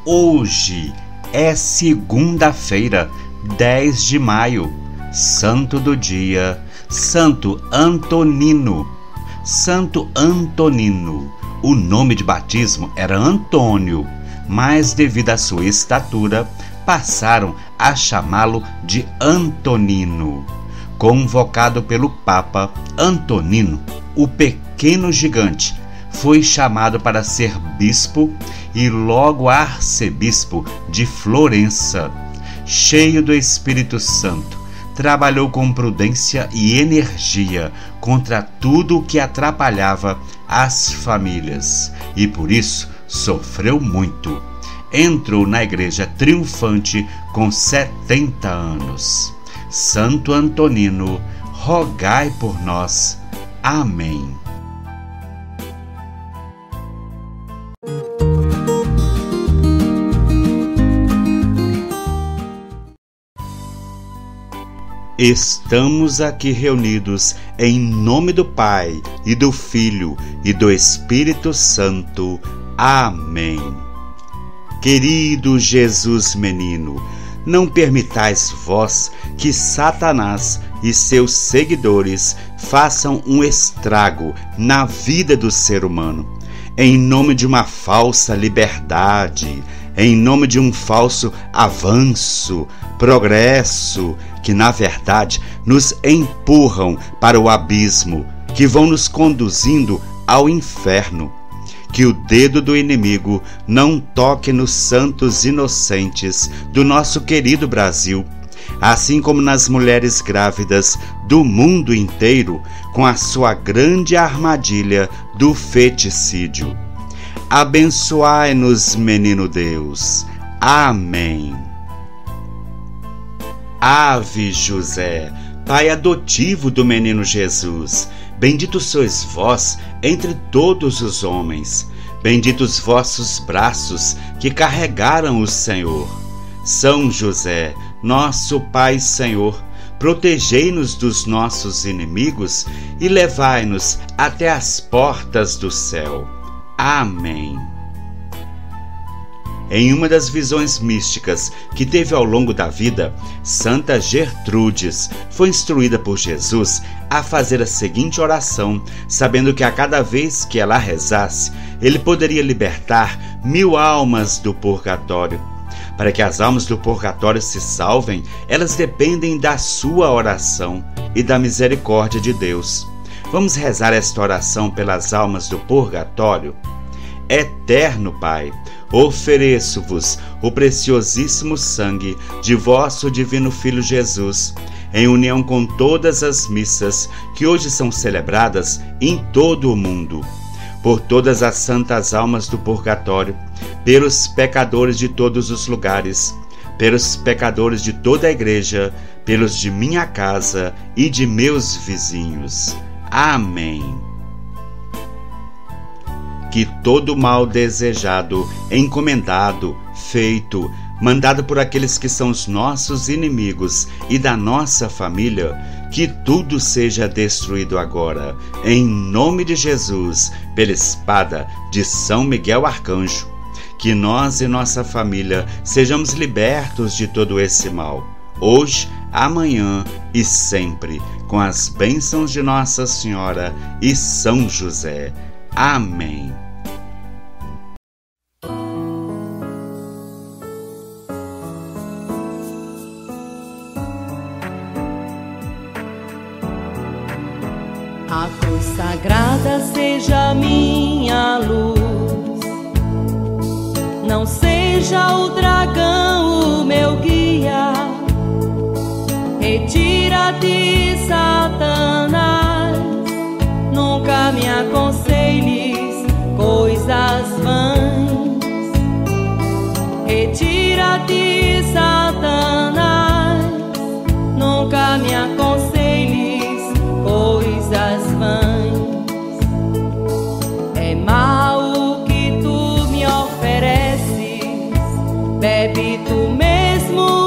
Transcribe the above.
Hoje é segunda-feira, 10 de maio, santo do dia, Santo Antonino. Santo Antonino, o nome de batismo era Antônio, mas devido à sua estatura, passaram a chamá-lo de Antonino. Convocado pelo Papa, Antonino, o pequeno gigante, foi chamado para ser bispo e logo arcebispo de Florença. Cheio do Espírito Santo, trabalhou com prudência e energia contra tudo o que atrapalhava as famílias e por isso sofreu muito. Entrou na igreja triunfante com 70 anos. Santo Antonino, rogai por nós. Amém. Estamos aqui reunidos em nome do Pai, e do Filho, e do Espírito Santo. Amém. Querido Jesus menino, não permitais vós que Satanás e seus seguidores façam um estrago na vida do ser humano, em nome de uma falsa liberdade, em nome de um falso avanço, progresso, que na verdade nos empurram para o abismo, que vão nos conduzindo ao inferno. Que o dedo do inimigo não toque nos santos inocentes do nosso querido Brasil, assim como nas mulheres grávidas do mundo inteiro, com a sua grande armadilha do feticídio. Abençoai-nos, menino Deus. Amém. Ave José, pai adotivo do menino Jesus, bendito sois vós entre todos os homens, benditos vossos braços que carregaram o Senhor. São José, nosso Pai Senhor, protegei-nos dos nossos inimigos e levai-nos até as portas do céu. Amém. Em uma das visões místicas que teve ao longo da vida, Santa Gertrudes foi instruída por Jesus a fazer a seguinte oração, sabendo que a cada vez que ela rezasse, ele poderia libertar 1000 almas do purgatório. Para que as almas do purgatório se salvem, elas dependem da sua oração e da misericórdia de Deus. Vamos rezar esta oração pelas almas do purgatório? Eterno Pai, ofereço-vos o preciosíssimo sangue de vosso divino Filho Jesus, em união com todas as missas que hoje são celebradas em todo o mundo, por todas as santas almas do purgatório, pelos pecadores de todos os lugares, pelos pecadores de toda a igreja, pelos de minha casa e de meus vizinhos. Amém. Que todo mal desejado, encomendado, feito, mandado por aqueles que são os nossos inimigos e da nossa família, que tudo seja destruído agora, em nome de Jesus, pela espada de São Miguel Arcanjo. Que nós e nossa família sejamos libertos de todo esse mal, hoje, amanhã e sempre, com as bênçãos de Nossa Senhora e São José. Amém. A cruz sagrada seja minha luz, não seja o dragão o meu guia. Retira-te, Satanás, nunca me aconselhes coisas vãs. Retira-te, Satanás, nunca me aconselhes coisas vãs. É mal o que tu me ofereces, bebe tu mesmo